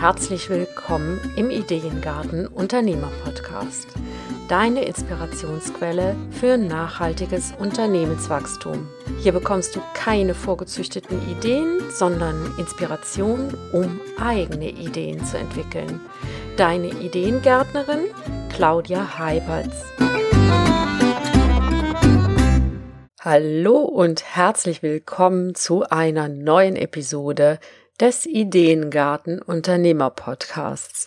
herzlich willkommen im Ideengarten Unternehmer-Podcast. Deine Inspirationsquelle für nachhaltiges Unternehmenswachstum. Hier bekommst du keine vorgezüchteten Ideen, sondern Inspiration, um eigene Ideen zu entwickeln. Deine Ideengärtnerin Claudia Heiberts. Hallo und herzlich willkommen zu einer neuen Episode des Ideengarten Unternehmer Podcasts.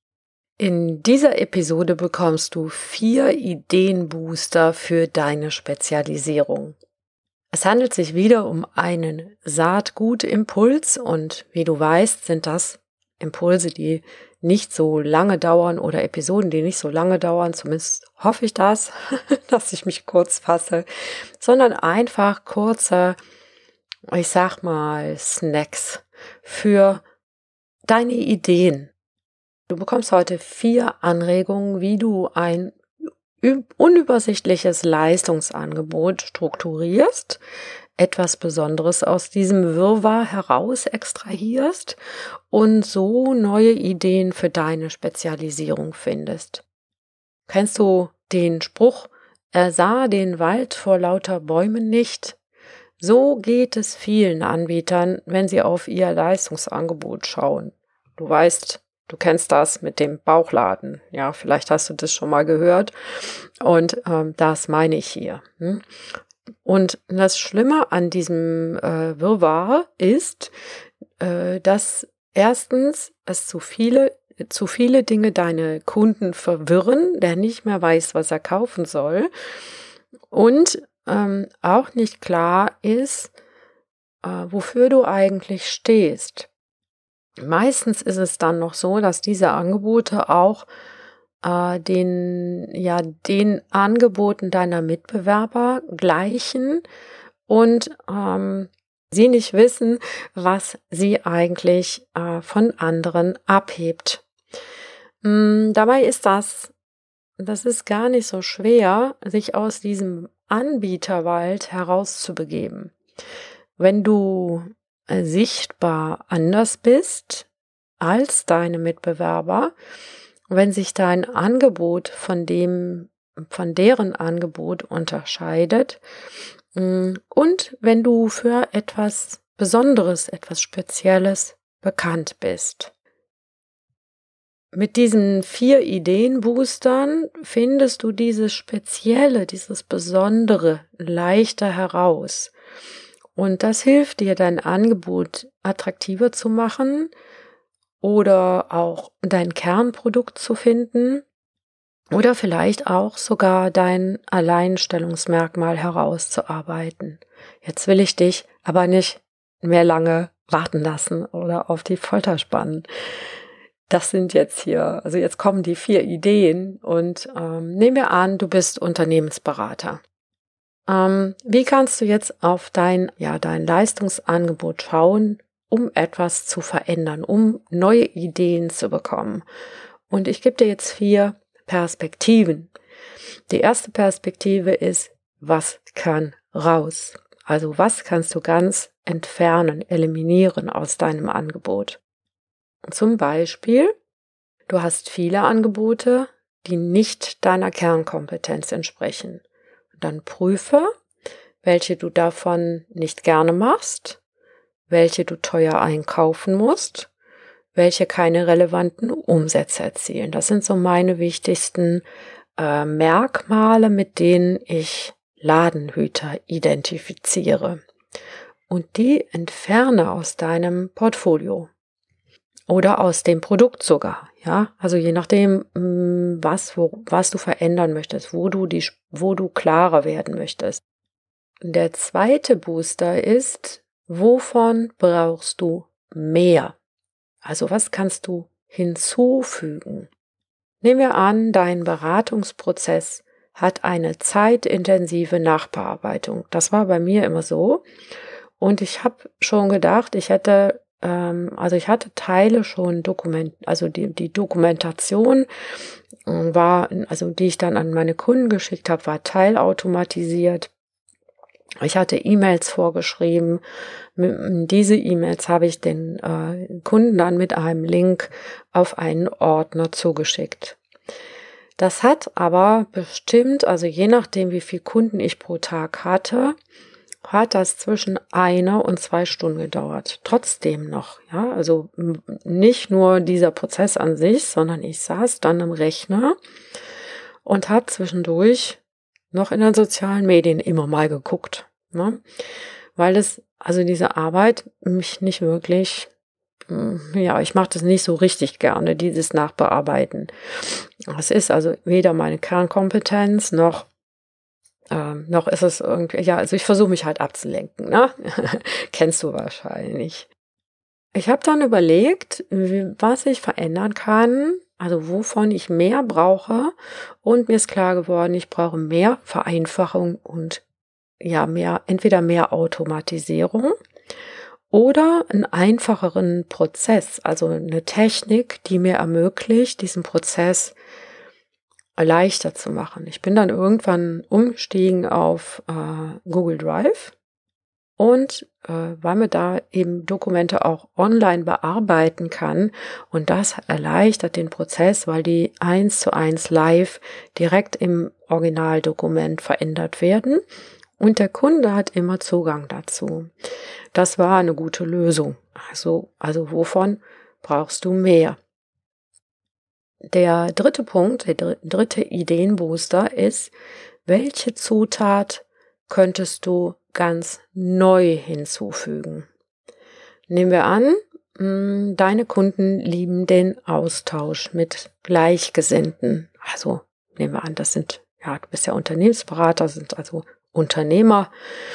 In dieser Episode bekommst du 4 Ideenbooster für deine Spezialisierung. Es handelt sich wieder um einen Saatgutimpuls und wie du weißt, sind das Impulse, die nicht so lange dauern oder Episoden, die nicht so lange dauern, zumindest hoffe ich das, dass ich mich kurz fasse, sondern einfach kurze, ich sag mal, Snacks für deine Ideen. Du bekommst heute 4 Anregungen, wie du ein unübersichtliches Leistungsangebot strukturierst, etwas Besonderes aus diesem Wirrwarr heraus extrahierst und so neue Ideen für deine Spezialisierung findest. Kennst du den Spruch, er sah den Wald vor lauter Bäumen nicht? So geht es vielen Anbietern, wenn sie auf ihr Leistungsangebot schauen. Du weißt, du kennst das mit dem Bauchladen. Ja, vielleicht hast du das schon mal gehört. Und das meine ich hier. Und das Schlimme an diesem Wirrwarr ist, dass erstens es zu viele Dinge deine Kunden verwirren, der nicht mehr weiß, was er kaufen soll. Und auch nicht klar ist, wofür du eigentlich stehst. Meistens ist es dann noch so, dass diese Angebote auch den Angeboten deiner Mitbewerber gleichen und sie nicht wissen, was sie eigentlich von anderen abhebt. Dabei ist das ist gar nicht so schwer, sich aus diesem Anbieterwald herauszubegeben. Wenn du sichtbar anders bist als deine Mitbewerber, wenn sich dein Angebot von deren Angebot unterscheidet und wenn du für etwas Besonderes, etwas Spezielles bekannt bist. Mit diesen 4 Ideenboostern findest du dieses Spezielle, dieses Besondere leichter heraus. Und das hilft dir, dein Angebot attraktiver zu machen oder auch dein Kernprodukt zu finden oder vielleicht auch sogar dein Alleinstellungsmerkmal herauszuarbeiten. Jetzt will ich dich aber nicht mehr lange warten lassen oder auf die Folter spannen. Das sind jetzt jetzt kommen die 4 Ideen und nehmen wir an, du bist Unternehmensberater. Wie kannst du jetzt auf dein Leistungsangebot schauen, um etwas zu verändern, um neue Ideen zu bekommen? Und ich gebe dir jetzt 4 Perspektiven. Die erste Perspektive ist, was kann raus? Also was kannst du ganz entfernen, eliminieren aus deinem Angebot? Zum Beispiel, du hast viele Angebote, die nicht deiner Kernkompetenz entsprechen. Dann prüfe, welche du davon nicht gerne machst, welche du teuer einkaufen musst, welche keine relevanten Umsätze erzielen. Das sind so meine wichtigsten Merkmale, mit denen ich Ladenhüter identifiziere. Und die entferne aus deinem Portfolio. Oder aus dem Produkt sogar, ja, also je nachdem, was du verändern möchtest, wo du klarer werden möchtest. Der zweite Booster ist, wovon brauchst du mehr? Also was kannst du hinzufügen? Nehmen wir an, dein Beratungsprozess hat eine zeitintensive Nachbearbeitung. Das war bei mir immer so. Und ich habe schon gedacht, ich hatte Teile schon die Dokumentation die ich dann an meine Kunden geschickt habe, war teilautomatisiert. Ich hatte E-Mails vorgeschrieben. Diese E-Mails habe ich den Kunden dann mit einem Link auf einen Ordner zugeschickt. Das hat aber bestimmt, also je nachdem, wie viele Kunden ich pro Tag hatte, hat das zwischen 1 und 2 Stunden gedauert. Trotzdem noch, ja, also nicht nur dieser Prozess an sich, sondern ich saß dann am Rechner und habe zwischendurch noch in den sozialen Medien immer mal geguckt, ne? Weil also diese Arbeit mich nicht wirklich, ja, ich mache das nicht so richtig gerne, dieses Nachbearbeiten. Es ist also weder meine Kernkompetenz, noch ist es irgendwie, ja, also ich versuche mich halt abzulenken, ne? Kennst du wahrscheinlich. Ich habe dann überlegt, was ich verändern kann, also wovon ich mehr brauche, und mir ist klar geworden, ich brauche mehr Vereinfachung und ja, entweder mehr Automatisierung oder einen einfacheren Prozess, also eine Technik, die mir ermöglicht, diesen Prozess leichter zu machen. Ich bin dann irgendwann umgestiegen auf Google Drive und weil man da eben Dokumente auch online bearbeiten kann, und das erleichtert den Prozess, weil die 1:1 live direkt im Originaldokument verändert werden und der Kunde hat immer Zugang dazu. Das war eine gute Lösung. Also wovon brauchst du mehr? Der dritte Punkt, der dritte Ideenbooster ist, welche Zutat könntest du ganz neu hinzufügen? Nehmen wir an, deine Kunden lieben den Austausch mit Gleichgesinnten. Also nehmen wir an, du bist ja Unternehmensberater, sind also Unternehmer.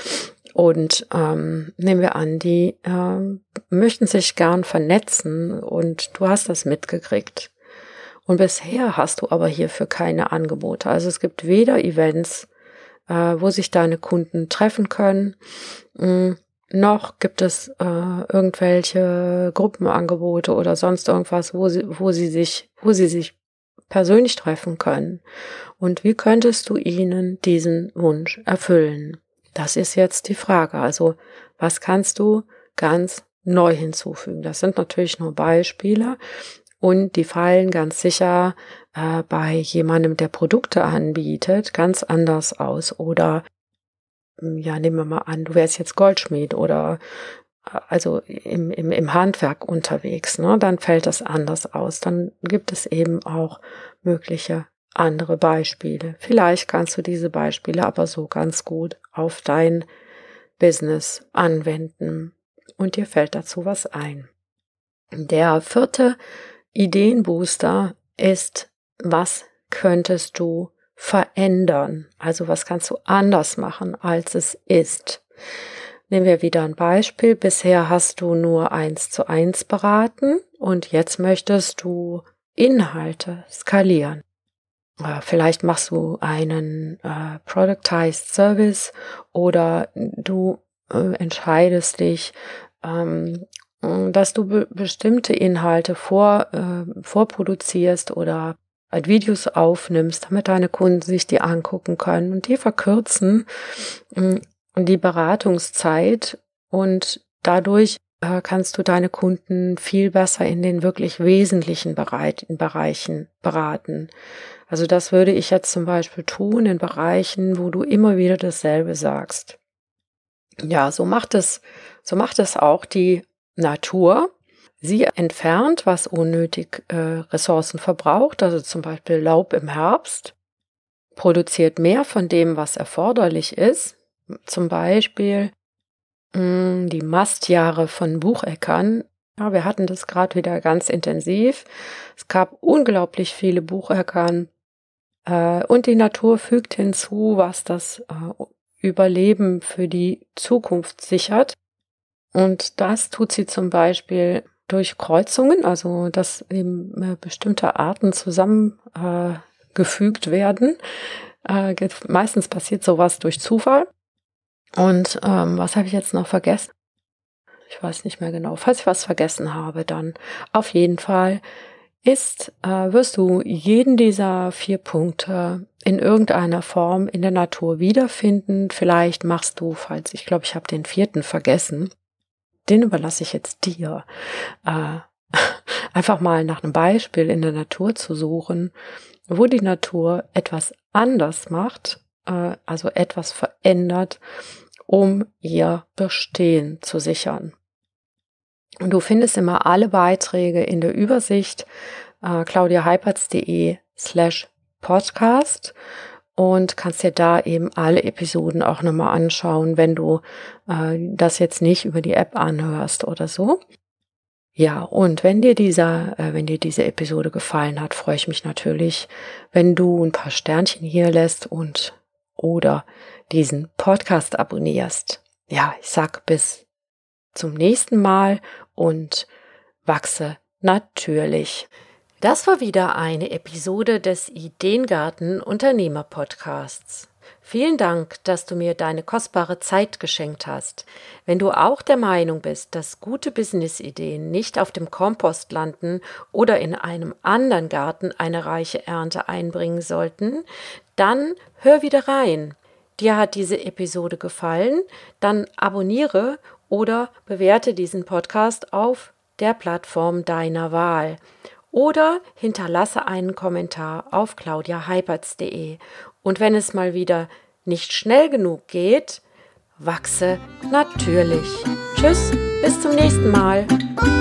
Und nehmen wir an, die möchten sich gern vernetzen und du hast das mitgekriegt. Und bisher hast du aber hierfür keine Angebote. Also es gibt weder Events, wo sich deine Kunden treffen können, noch gibt es irgendwelche Gruppenangebote oder sonst irgendwas, wo sie sich persönlich treffen können. Und wie könntest du ihnen diesen Wunsch erfüllen? Das ist jetzt die Frage. Also was kannst du ganz neu hinzufügen? Das sind natürlich nur Beispiele. Und die fallen ganz sicher bei jemandem, der Produkte anbietet, ganz anders aus. Oder, ja, nehmen wir mal an, du wärst jetzt Goldschmied oder also im Handwerk unterwegs, ne? Dann fällt das anders aus. Dann gibt es eben auch mögliche andere Beispiele. Vielleicht kannst du diese Beispiele aber so ganz gut auf dein Business anwenden. Und dir fällt dazu was ein. Der vierte Ideenbooster ist, was könntest du verändern? Also was kannst du anders machen, als es ist? Nehmen wir wieder ein Beispiel. Bisher hast du nur 1:1 beraten und jetzt möchtest du Inhalte skalieren. Vielleicht machst du einen Productized Service oder du entscheidest dich, dass du bestimmte Inhalte vorproduzierst oder Videos aufnimmst, damit deine Kunden sich die angucken können, und die verkürzen die Beratungszeit und dadurch kannst du deine Kunden viel besser in den wirklich wesentlichen Bereichen beraten. Also das würde ich jetzt zum Beispiel tun in Bereichen, wo du immer wieder dasselbe sagst. Ja, so macht es auch die Natur. Sie entfernt, was unnötig Ressourcen verbraucht, also zum Beispiel Laub im Herbst, produziert mehr von dem, was erforderlich ist. Zum Beispiel die Mastjahre von Bucheckern. Ja, wir hatten das gerade wieder ganz intensiv. Es gab unglaublich viele Bucheckern und die Natur fügt hinzu, was das Überleben für die Zukunft sichert. Und das tut sie zum Beispiel durch Kreuzungen, also dass eben bestimmte Arten zusammengefügt werden. Meistens passiert sowas durch Zufall. Und was habe ich jetzt noch vergessen? Ich weiß nicht mehr genau. Falls ich was vergessen habe, dann auf jeden Fall wirst du jeden dieser 4 Punkte in irgendeiner Form in der Natur wiederfinden. Vielleicht machst du, ich glaube, ich habe den 4. vergessen, den überlasse ich jetzt dir. Einfach mal nach einem Beispiel in der Natur zu suchen, wo die Natur etwas anders macht, also etwas verändert, um ihr Bestehen zu sichern. Und du findest immer alle Beiträge in der Übersicht claudiaheipertz.de/podcast und kannst dir da eben alle Episoden auch nochmal anschauen, wenn du das jetzt nicht über die App anhörst oder so. Ja, und wenn dir diese Episode gefallen hat, freue ich mich natürlich, wenn du ein paar Sternchen hier lässt oder diesen Podcast abonnierst. Ja, ich sag bis zum nächsten Mal und wachse natürlich. Das war wieder eine Episode des Ideengarten Unternehmer Podcasts. Vielen Dank, dass du mir deine kostbare Zeit geschenkt hast. Wenn du auch der Meinung bist, dass gute Business-Ideen nicht auf dem Kompost landen oder in einem anderen Garten eine reiche Ernte einbringen sollten, dann hör wieder rein. Dir hat diese Episode gefallen? Dann abonniere oder bewerte diesen Podcast auf der Plattform deiner Wahl. Oder hinterlasse einen Kommentar auf claudiaheipertz.de. Und wenn es mal wieder nicht schnell genug geht, wachse natürlich. Tschüss, bis zum nächsten Mal.